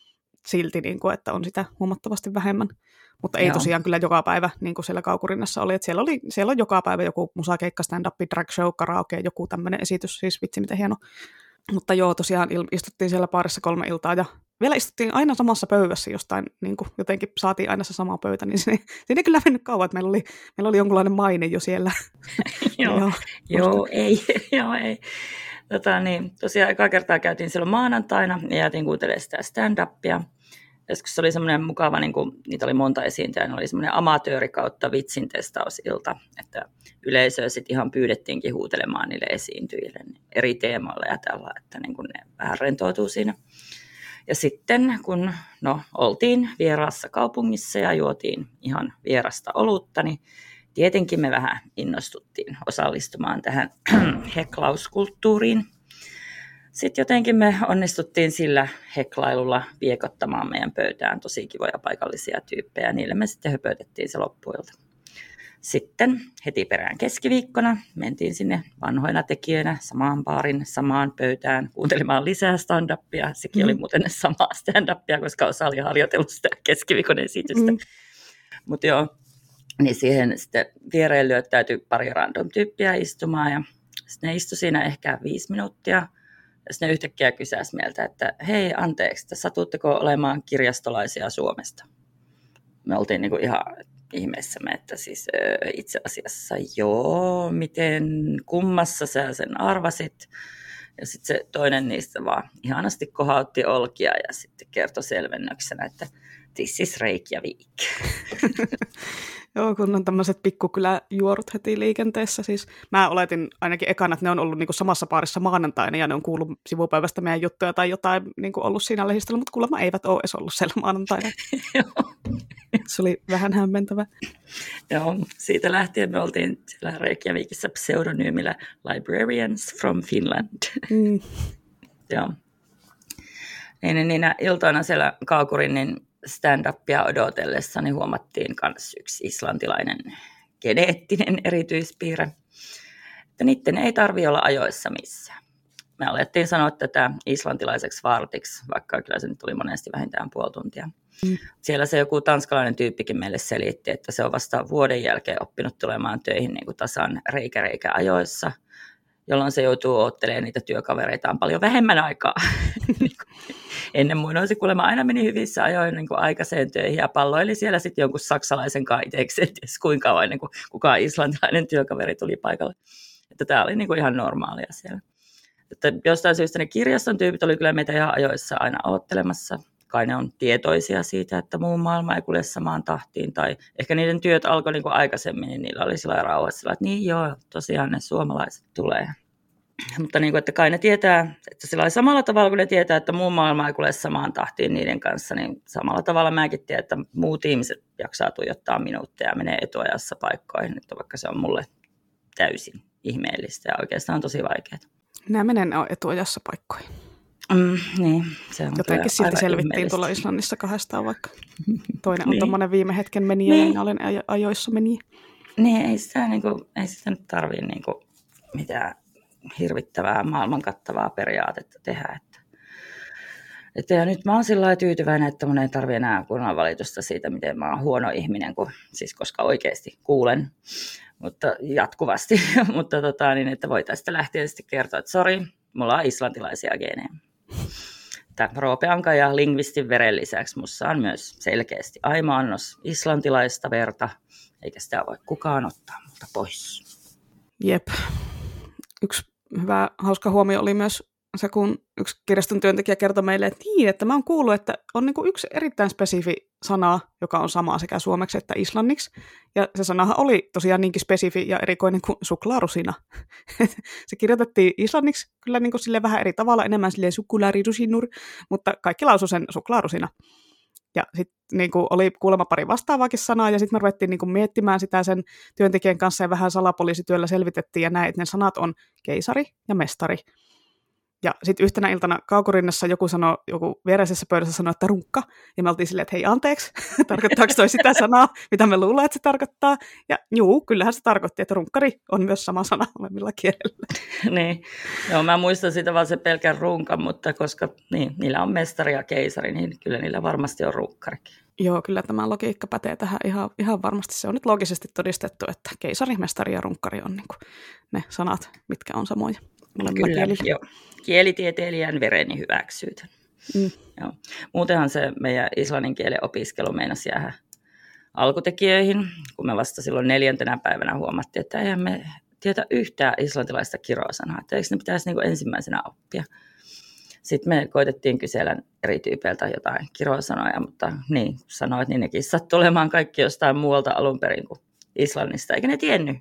silti, niin kuin, että on sitä huomattavasti vähemmän. Mutta ei Joo. tosiaan kyllä joka päivä, niin kuin siellä Kaukurinnassa oli, että siellä, oli, siellä on joka päivä joku musakeikka, stand-up, drag show, karaoke, joku tämmöinen esitys, siis vitsi miten hieno. Mutta joo, tosiaan istuttiin siellä baarissa kolme iltaa ja vielä istuttiin aina samassa pöydässä jostain, niin kuin jotenkin saatiin aina se sama pöytä, niin siinä, siinä ei kyllä mennyt kauan, että meillä oli, meillä oli jonkunlainen maine jo siellä. joo, joo, joo, ei, joo, ei. Tota, niin, tosiaan ekaa kertaa käytiin silloin maanantaina ja jäätiin kuuntelemaan sitä stand-upia. Joskus se oli semmoinen mukava, niin kuin, niitä oli monta esiintyjää, niin oli semmoinen amatööri kautta vitsin testausilta, että yleisöä sitten ihan pyydettiinkin huutelemaan niille esiintyjille eri teemoilla ja tällä, että niin kuin ne vähän rentoutuu siinä. Ja sitten kun no, oltiin vieraassa kaupungissa ja juotiin ihan vierasta olutta, niin tietenkin me vähän innostuttiin osallistumaan tähän heklauskulttuuriin. Sitten jotenkin me onnistuttiin sillä heklailulla viekottamaan meidän pöytään tosi kivoja paikallisia tyyppejä. Niille me sitten höpötettiin se loppuilta. Sitten heti perään keskiviikkona mentiin sinne vanhoina tekijöinä samaan baarin, samaan pöytään kuuntelemaan lisää stand-upia. Sekin mm. oli muuten samaa stand-upia, koska osa oli harjoitellut sitä keskiviikon esitystä. Mm. Mutta joo, niin siihen sitten viereen lyöttäytyi pari random tyyppiä istumaan ja sitten ne istui siinä ehkä viisi minuuttia. Ja sitten ne yhtäkkiä kysäsi meiltä, että hei anteeksi, että satutteko olemaan kirjastolaisia Suomesta? Me oltiin niinku ihan ihmeessämme, että siis öö, itse asiassa joo, miten kummassa sä sen arvasit. Ja sitten se toinen niistä vaan ihanasti kohautti olkia ja sitten kertoi selvennyksenä, että this is Reykjavik. Joo, kun on tämmöiset pikkukyläjuorut heti liikenteessä. Siis mä oletin ainakin ekana, että ne on ollut niinku samassa paarissa maanantaina ja ne on kuullut sivupäivästä meidän juttuja tai jotain niinku ollut siinä lehdistöllä, mutta kuulemma eivät ole edes ollut siellä maanantaina. Se oli vähän hämmentävä. Joo, siitä lähtien me oltiin siellä Reykjavikissa pseudonyymillä Librarians from Finland. Mm. Joo. Niin, niinä iltoina siellä Kaukurinnin stand-upia odotellessa niin huomattiin myös yksi islantilainen geneettinen erityispiirre, että niiden ei tarvitse olla ajoissa missään. Me alettiin sanoa tätä islantilaiseksi vartiksi, vaikka kyllä se nyt tuli monesti vähintään puoli tuntia. Mm. Siellä se joku tanskalainen tyyppikin meille selitti, että se on vasta vuoden jälkeen oppinut tulemaan töihin niin kuin tasan reikä reikä ajoissa, jolloin se joutuu odottelemaan niitä työkavereitaan paljon vähemmän aikaa. Ennen muinoin olisi kuulemma aina meni hyvissä ajoin niin kuin aikaiseen töihin ja palloili siellä sitten jonkun saksalaisen kaiteeksi, että kuinka kauan ennen kuin kukaan islantilainen työkaveri tuli paikalle. Että tämä oli niin kuin ihan normaalia siellä. Että jostain syystä ne kirjaston tyypit oli kyllä meitä ihan ajoissa aina odottelemassa. Kai ne on tietoisia siitä, että muu maailma ei kulje samaan tahtiin. Tai ehkä niiden työt alkoi niin kuin aikaisemmin, niin niillä oli sillä rauhassa, että niin joo, tosiaan ne suomalaiset tulee. Mutta niin kuin, että kai ne tietää, että sillä samalla tavalla kun ne tietää, että muu maailma ei kulje samaan tahtiin niiden kanssa, niin samalla tavalla mäkin tiedän, että muut ihmiset jaksaa tuijottaa minuutteja ja menee etuajassa paikkoihin, että vaikka se on mulle täysin ihmeellistä ja oikeastaan tosi vaikeaa. Nämä menee etuajassa paikkoihin. Mm, niin, se on jotenkin silti selvittiin tuolla Islannissa kahdestaan, vaikka toinen on niin. tuommoinen viime hetken meniä niin. Ja minä olen ajoissa meniä. Niin, ei sitä, niin kuin, ei sitä nyt tarvitse niin kuin, mitään hirvittävää maailman kattavaa periaatetta tehdä. Että, että ja nyt mä oon sillä lailla tyytyväinen, että mun ei tarvitse enää kunnon valitusta siitä, miten mä oon huono ihminen, kun, siis koska oikeasti kuulen mutta jatkuvasti, mutta tota, niin, että voitaisiin lähteä sitten kertoa, että sori, mulla on islantilaisia geenejä. Roopeanka ja lingvistin veren lisäksi mussa on myös selkeästi aimo-annos islantilaista verta, eikä sitä voi kukaan ottaa multa pois. Jep. Yksi hyvä, hauska huomio oli myös se, kun yksi kirjaston työntekijä kertoi meille, että niin, että mä oon kuullut, että on niin kuin yksi erittäin spesifi sana, joka on sama sekä suomeksi että islanniksi. Ja se sanahan oli tosiaan niinkin spesifi ja erikoinen kuin suklaarusina. Se kirjoitettiin islanniksi kyllä niin kuin silleen vähän eri tavalla, enemmän silleen sukularirusinur, mutta kaikki lausui sen suklaarusina. Ja sitten niin oli kuulemma pari vastaavaakin sanaa, ja sitten me ruvettiin niin kuin miettimään sitä sen työntekijän kanssa, ja vähän salapoliisityöllä selvitettiin, ja näin, että ne sanat on keisari ja mestari. Ja sitten yhtenä iltana Kaukurinnassa joku sanoi, joku viereisessä pöydässä sanoi, että runkka. Ja me oltiin silleen, että hei anteeksi, tarkoittaako toi sitä sanaa, mitä me luullaan, että se tarkoittaa. Ja juu, kyllähän se tarkoitti, että runkkari on myös sama sana molemmilla kielellä. Niin, joo, mä muistan sitä vaan se pelkän runkan, mutta koska niin, niillä on mestari ja keisari, niin kyllä niillä varmasti on runkkarikin. Joo, kyllä tämä logiikka pätee tähän ihan, ihan varmasti. Se on nyt logisesti todistettu, että keisari, mestari ja runkkari on niin kuin ne sanat, mitkä on samoja. Kyllä, joo. Kielitieteilijän vereni hyväksyytän. Mm. Joo. Muutenhan se meidän islannin kielen opiskelu meinasi jäädä alkutekijöihin, kun me vasta silloin neljäntenä päivänä huomattiin, että eihän me tiedä yhtään islantilaista kirosanaa, että eikö ne pitäisi niin kuin ensimmäisenä oppia. Sitten me koitettiin kysellä eri tyypeiltä jotain kirosanoja, mutta niin, sanoit, niin nekin sattui olemaan kaikki jostain muualta alun perin kuin Islannista, eikä ne tiennyt.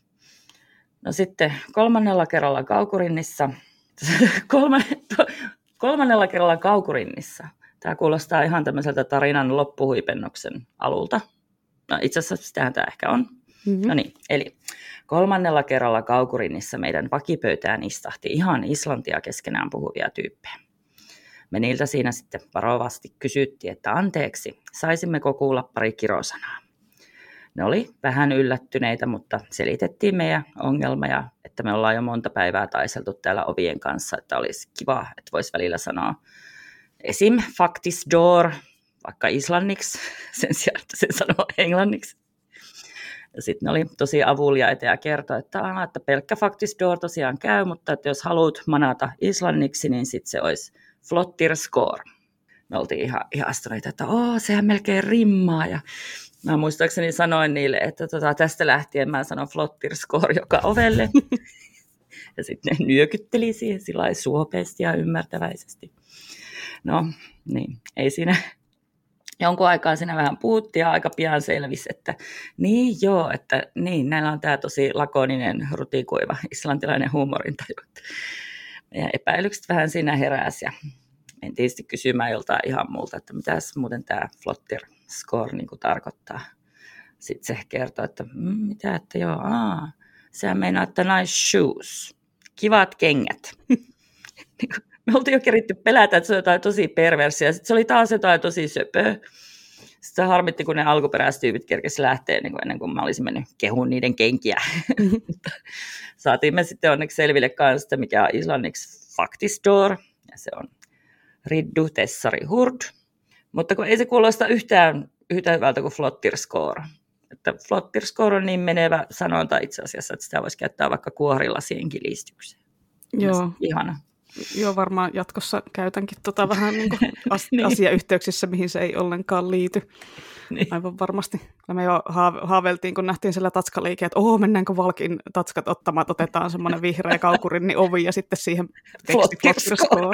No sitten kolmannella kerralla Kaukurinnissa, kolme, kolmannella kerralla Kaukurinnissa, tämä kuulostaa ihan tämmöiseltä tarinan loppuhuipennoksen alulta. No itse asiassa sitähän tämä ehkä on. Mm-hmm. No niin, eli kolmannella kerralla Kaukurinnissa meidän vakipöytään istahti ihan islantia keskenään puhuvia tyyppejä. Me niiltä siinä sitten varovasti kysyttiin, että anteeksi, saisimmeko kuulla pari kirosanaa. Ne oli vähän yllättyneitä, mutta selitettiin meidän ongelmia, että me ollaan jo monta päivää taiseltu täällä ovien kanssa, että olisi kiva, että voisi välillä sanoa esim. Faktis door, vaikka islanniksi, sen sijaan, että sen sanoo englanniksi. Ja sitten ne oli tosi avuliaita ja kertoi, että, aha, että pelkkä faktis door tosiaan käy, mutta että jos haluat manata islanniksi, niin sitten se olisi flottir score. Me oltiin ihan ihastuneita, että oo, sehän melkein rimmaa. Ja mä muistaakseni sanoin niille, että tota, tästä lähtien mä sanon flottir score joka ovelle. Ja sitten ne nyökytteli siihen sillä lailla suopeasti ja ymmärtäväisesti. No niin, ei siinä. Jonkun aikaa siinä vähän puhuttiin ja aika pian selvisi, että niin joo, että niin, näillä on tämä tosi lakoninen, rutikuiva islantilainen huumorintaju. Ja epäilykset vähän siinä heräsi ja mentiin sitten kysymään joltain ihan muulta, että mitäs muuten tämä flottir score niin kuin tarkoittaa. Sitten se kertoo, että mm, mitä, että joo, aa, sehän meinaa, että nice shoes, kivat kengät. Me oltiin jo keritty pelätä, että se on jotain tosi perversiä. Sitten se oli taas jotain tosi söpöä. Sitten se harmitti, kun ne alkuperäistyypit kerkesi lähteä niin kuin ennen kuin mä olisin mennyt kehuun niiden kenkiä. Saatiin me sitten onneksi selville kanssa, mikä on islanniksi faktisdor. Ja se on riddu tessari hurd. Mutta kun ei se kuulosta yhtään yhtä hyvältä kuin flottir score. Että flottir score on niin menevä sanonta itse asiassa, että sitä voisi käyttää vaikka kuorilasien kilistykseen. Joo. Ihana. Joo, varmaan jatkossa käytänkin tota vähän niin kuin as- niin. asiayhteyksissä, mihin se ei ollenkaan liity. Niin. Aivan varmasti. Ja me jo haaveltiin, kun nähtiin siellä tatskaliike, että oho, mennäänkö Valkin tatskat ottamaan, että otetaan semmoinen vihreä Kaukurinni ovi ja sitten siihen teksti Flottir score.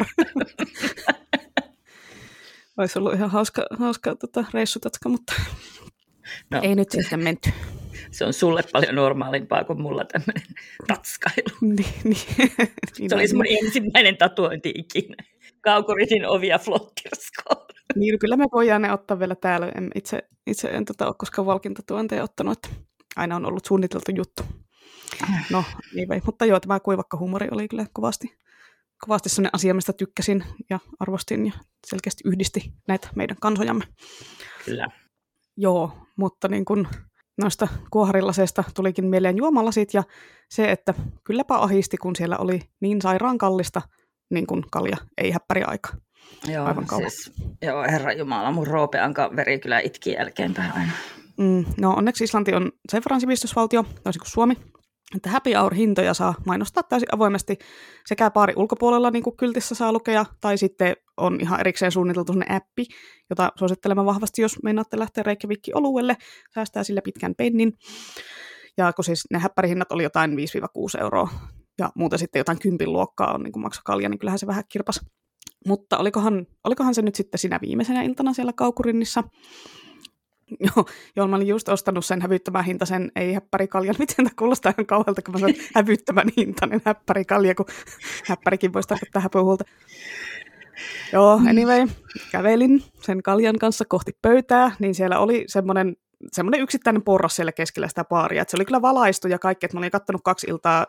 Olisi ollut ihan hauska, hauska tota, reissutatska, mutta no, ei nyt sitten menty. Se on sulle paljon normaalimpaa kuin mulla tämmöinen tatskailu. Niin, niin. Se oli mun ensimmäinen tatuointi ikinä. Kaukurinin ovi ja flottir score. Niin, kyllä me voidaan ne ottaa vielä täällä. En, itse, itse en tota, ole koskaan Valkin tatuointeja ottanut, että aina on ollut suunniteltu juttu. No, niin vei. Mutta joo, tämä kuivakkahuumori oli kyllä kovasti, kovasti sellainen asia, mistä tykkäsin ja arvostin ja selkeästi yhdisti näitä meidän kansojamme. Kyllä. Joo, mutta niin kun noista kuoharilaseista tulikin mieleen juomalasit ja se, että kylläpä ahisti, kun siellä oli niin sairaan kallista, niin kuin kalja, ei häppäri aika. Joo, aivan siis, joo, herra jumala, mun roopeanka veri kyllä itki jälkeenpäin aina. Mm, no onneksi Islanti on sen verran sivistysvaltio, toisin kuin Suomi, että happy hour-hintoja saa mainostaa täysin avoimesti sekä baari ulkopuolella, niin kuin kyltissä saa lukea, tai sitten on ihan erikseen suunniteltu sellainen appi, jota suosittelemme vahvasti, jos meinaatte lähteä Reykjavikki oluelle, säästää sillä pitkän pennin. Ja kun siis ne häppärihinnat oli jotain viisi kuusi euroa, ja muuten sitten jotain kympin luokkaa on niin kuin maksa kalja, niin kyllähän se vähän kirpas. Mutta olikohan, olikohan se nyt sitten siinä viimeisenä iltana siellä Kaukurinnissa? Joo, joo, mä olin just ostanut sen hävyttömän hintaisen ei-häppärikaljan. Miten tämä kuulostaa ihan kauhealta, kun mä sanon hävyttömän hintainen häppärikalja, kun häppärikin voisi tarkoittaa häpöhuolta. Joo, anyway, kävelin sen kaljan kanssa kohti pöytää, niin siellä oli semmoinen, semmoinen yksittäinen porras siellä keskellä sitä baaria. Et se oli kyllä valaistu ja kaikki, että mä olin kattonut kaksi iltaa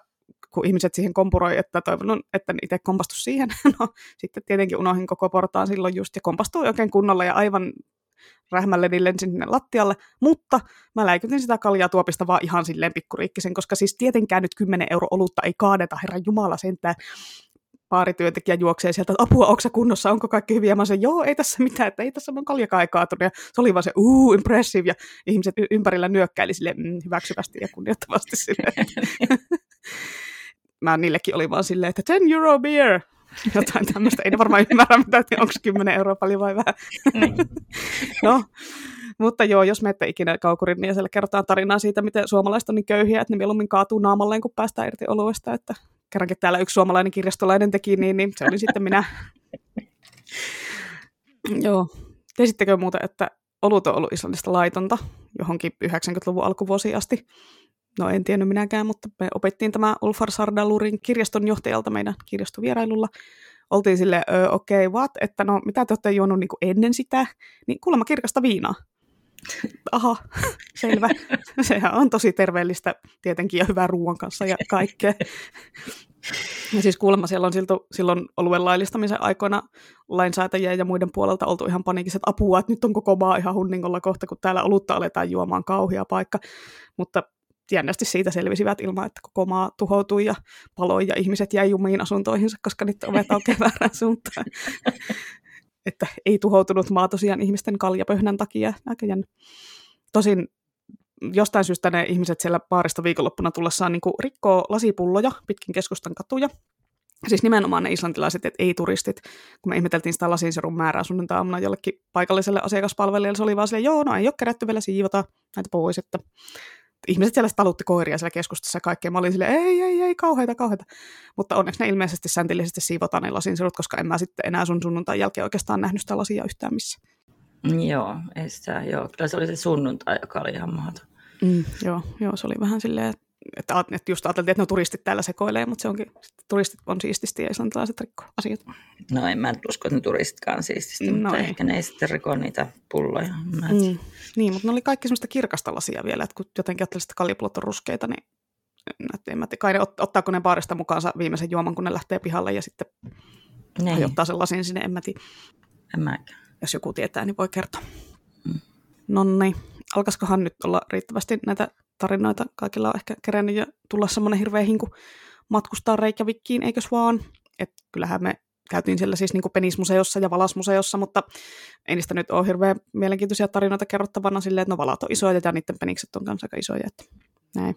kun ihmiset siihen kompuroi, että toivon, että itse kompastu siihen. No, sitten tietenkin unohin koko portaan silloin just ja kompastui oikein kunnolla ja aivan rähmälleni lensin sinne lattialle, mutta mä läikytin sitä kaljaa tuopista vaan ihan silleen pikkuriikkisen, koska siis tietenkään nyt kymmenen euro olutta ei kaadeta, herran jumala sentään. Baarityöntekijä juoksee sieltä, että apua, onko sä kunnossa, onko kaikki hyviä? Mä sanoin, joo, ei tässä mitään, että ei tässä mun kaljakaan ei kaatunut. Ja se oli vaan se, uu, impressive, ja ihmiset y- ympärillä nyökkäili silleen mm, hyväksyvästi ja kunnioittavasti silleen. Mä niillekin oli vaan silleen, että ten euro beer. Jotain tämmöistä, ei ne varmaan ymmärrä, mitä, onko kymmenen euroa paljon vai vähän. No, mutta joo, jos menette ikinä Kaukurin, niin siellä kerrotaan tarinaa siitä, miten suomalaiset on niin köyhiä, että ne mieluummin kaatuu naamalleen, kun päästään irti oluesta, että kerrankin täällä yksi suomalainen kirjastolainen teki, niin, niin se oli sitten minä. Joo. Tiesittekö muuten, että olut on ollut Islannista laitonta johonkin yhdeksänkymmentäluvun alkuvuosiin asti? No en tiennyt minäkään, mutta me opettiin tämä Ulfar Sardalurin kirjaston johtajalta meidän kirjastovierailulla. Oltiin silleen, okei, okay, what? Että no mitä te olette juonut niin kuin ennen sitä? Niin kuulemma kirkasta viinaa. Aha, selvä. Sehän on tosi terveellistä tietenkin ja hyvää ruoan kanssa ja kaikkea. Ja siis kuulemma siellä on silto, silloin oluen laillistamisen aikoina lainsäätäjiä ja muiden puolelta oltu ihan paniikiset apua, että nyt on koko maa ihan hunningolla kohta, kun täällä olutta aletaan juomaan, kauhea paikka. Mutta jännästi siitä selvisivät ilman, että koko maa tuhoutui ja paloi ja ihmiset jäi jumiin asuntoihinsa, koska nyt ovet aukeaa väärään suuntaan. Että ei tuhoutunut maa tosiaan ihmisten kaljapöhnän takia. Aika jännä. Tosin jostain syystä ne ihmiset siellä baarista viikonloppuna tullessaan niin kuin rikkoo lasipulloja pitkin keskustan katuja. Siis nimenomaan ne islantilaiset, että ei turistit. Kun me ihmeteltiin sitä lasinsirun määrää sunnuntai-aamuna jollekin paikalliselle asiakaspalvelijalle, se oli vaan silleen, joo, no ei ole kerätty vielä siivota näitä pois. Että ihmiset siellä talutti koiria siellä keskustassa ja kaikkea. Mä olin silleen, ei, ei, ei, kauheita, kauheita. Mutta onneksi ne ilmeisesti säntillisesti siivotaan ne lasinsirut, koska en mä sitten enää sun sunnuntain jälkeen oikeastaan nähnyt sitä lasia yhtään missä. Joo, ei sitä, joo. Kyllä se oli se sunnuntai, joka oli ihan mahdoton. Mm, joo, joo, se oli vähän silleen, että, että just ajateltiin, että no turistit täällä sekoilee, mutta se onkin, turistit on siististi ja islantilaiset rikkoo asiat. No en mä usko, että ne turistitkaan siististi, no mutta ei. Ehkä ne ei sitten riko niitä pulloja. Mm, niin, mutta ne oli kaikki semmoista kirkasta lasia vielä, että kun jotenkin ajattelin, että kaljapullot on ruskeita, niin en mä tiedä, kai ne ot, ottaako ne baarista mukaansa viimeisen juoman, kun ne lähtee pihalle ja sitten niin hajottaa sen lasin sinne, en mä tiedä. En mäkään. Jos joku tietää, niin voi kertoa. Mm. Noniin. Alkaisikohan nyt olla riittävästi näitä tarinoita? Kaikilla on ehkä kerennyt jo tulla semmoinen hirveä hinku matkustaa Reykjavikkiin, eikös vaan? Et kyllähän me käytiin siellä siis niin kuin Penismuseossa ja Valasmuseossa, mutta ei niistä nyt ole hirveän mielenkiintoisia tarinoita kerrottavana silleen, että no valat on isoja ja niiden penikset on kanssa aika isoja. Että näin.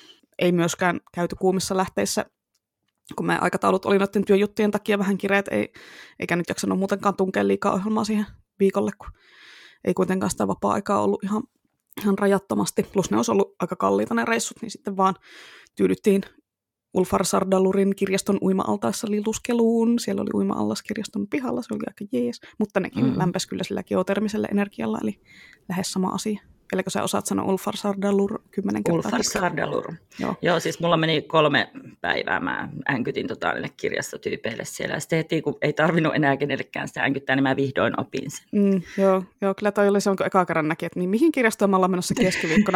Ei myöskään käyty kuumissa lähteissä, kun meidän aikataulut oli noiden työjuttujen takia vähän kireet, ei, eikä nyt jaksanut muutenkaan tunkea liikaa ohjelmaa siihen viikolle, kun ei kuitenkaan sitä vapaa-aikaa ollut ihan, ihan rajattomasti. Plus ne olisi ollut aika kalliita ne reissut, niin sitten vaan tyydyttiin Ulfar Sardalurin kirjaston uima-altaassa liluskeluun. Siellä oli uima-allas kirjaston pihalla, se oli aika jees. Mutta nekin mm. lämpesi kyllä sillä geotermisellä energialla, eli lähes sama asia. Elikö sä osaat sanoa Ulfar Sardalur kymmenen kertaa? Ulfar Sardalur. Joo. Joo, siis mulla meni kolme päivää. Mä änkytin tota niille kirjastotyypeille siellä. Sitten heti, kun ei tarvinnut enää kenellekään sitä änkyttää, niin mä vihdoin opin sen. Mm, joo, joo, kyllä toi oli se, onko eka kerran näki, että niin mihin kirjastoon me ollaan menossa keskiviikkona?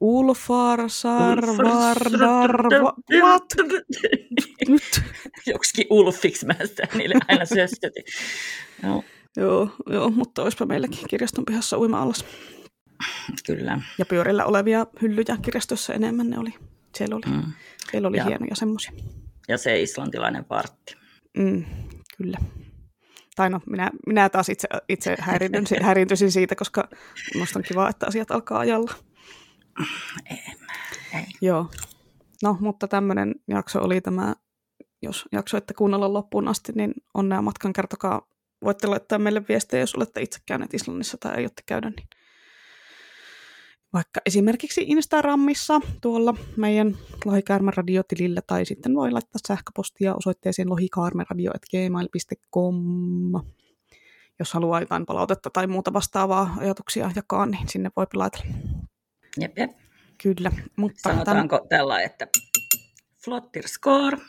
Ulfar Sarvardar... What? Nyt? Joksikin Ulfiksi mä sitä niille aina söstötin. Joo. Joo, joo, mutta olisipa meilläkin kirjaston pihassa uima-allas. Kyllä. Ja pyörillä olevia hyllyjä kirjastossa enemmän ne oli. Siellä oli, mm. siellä oli ja, hienoja semmoisia. Ja se islantilainen vartti. Mm, kyllä. Tai no, minä, minä taas itse, itse häiriintyisin, häiriintyisin siitä, koska minusta on kiva, että asiat alkaa ajalla. Ei, ei. Joo. No, mutta tämmöinen jakso oli tämä, jos jaksoitte kuunnella loppuun asti, niin onnea matkan, kertokaa. Voitte laittaa meille viestejä, jos olette itse käyneet Islannissa tai aiotte käydä, niin vaikka esimerkiksi Instagramissa tuolla meidän Lohikaarmeradio-tilillä, tai sitten voi laittaa sähköpostia osoitteeseen lohikaarmeradio at gmail dot com. Jos haluaa jotain palautetta tai muuta vastaavaa ajatuksia jakaa, niin sinne voi laitella. Jep, jep. Kyllä. Mutta sanotaanko tämän... tällä, että flottir score.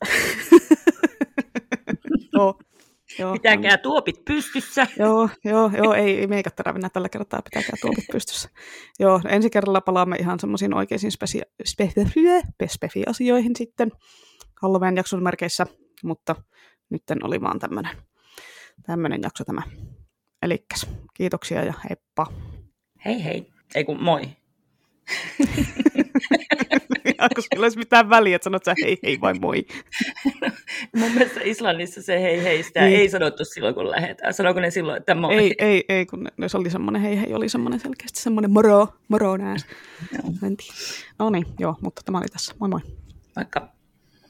Joo. Joo, pitäkää tuopit pystyssä. Joo, joo, joo ei, ei meikä terävinä tällä kertaa, pitäkää tuopit pystyssä. Joo, ensi kerralla palaamme ihan semmoisiin oikeisiin spesi- spe- spefi-asioihin sitten. Halloween jakson merkeissä, mutta nyt oli vaan tämmöinen tämmöinen jakso tämä. Elikkäs, kiitoksia ja heippa. Hei hei, ei kun moi. Onko sillä olisi mitään väliä, että sanot sä hei hei vai moi? No, mun mielestä Islannissa se hei hei, sitä niin. Ei sanottu silloin kun lähdetään. Sanoiko ne silloin, että moi? Ei, ei, ei kun ne, se oli semmoinen hei hei, oli semmoinen selkeästi semmoinen moro, moro nääs. No niin, joo, mutta tämä oli tässä. Moi moi. Moikka.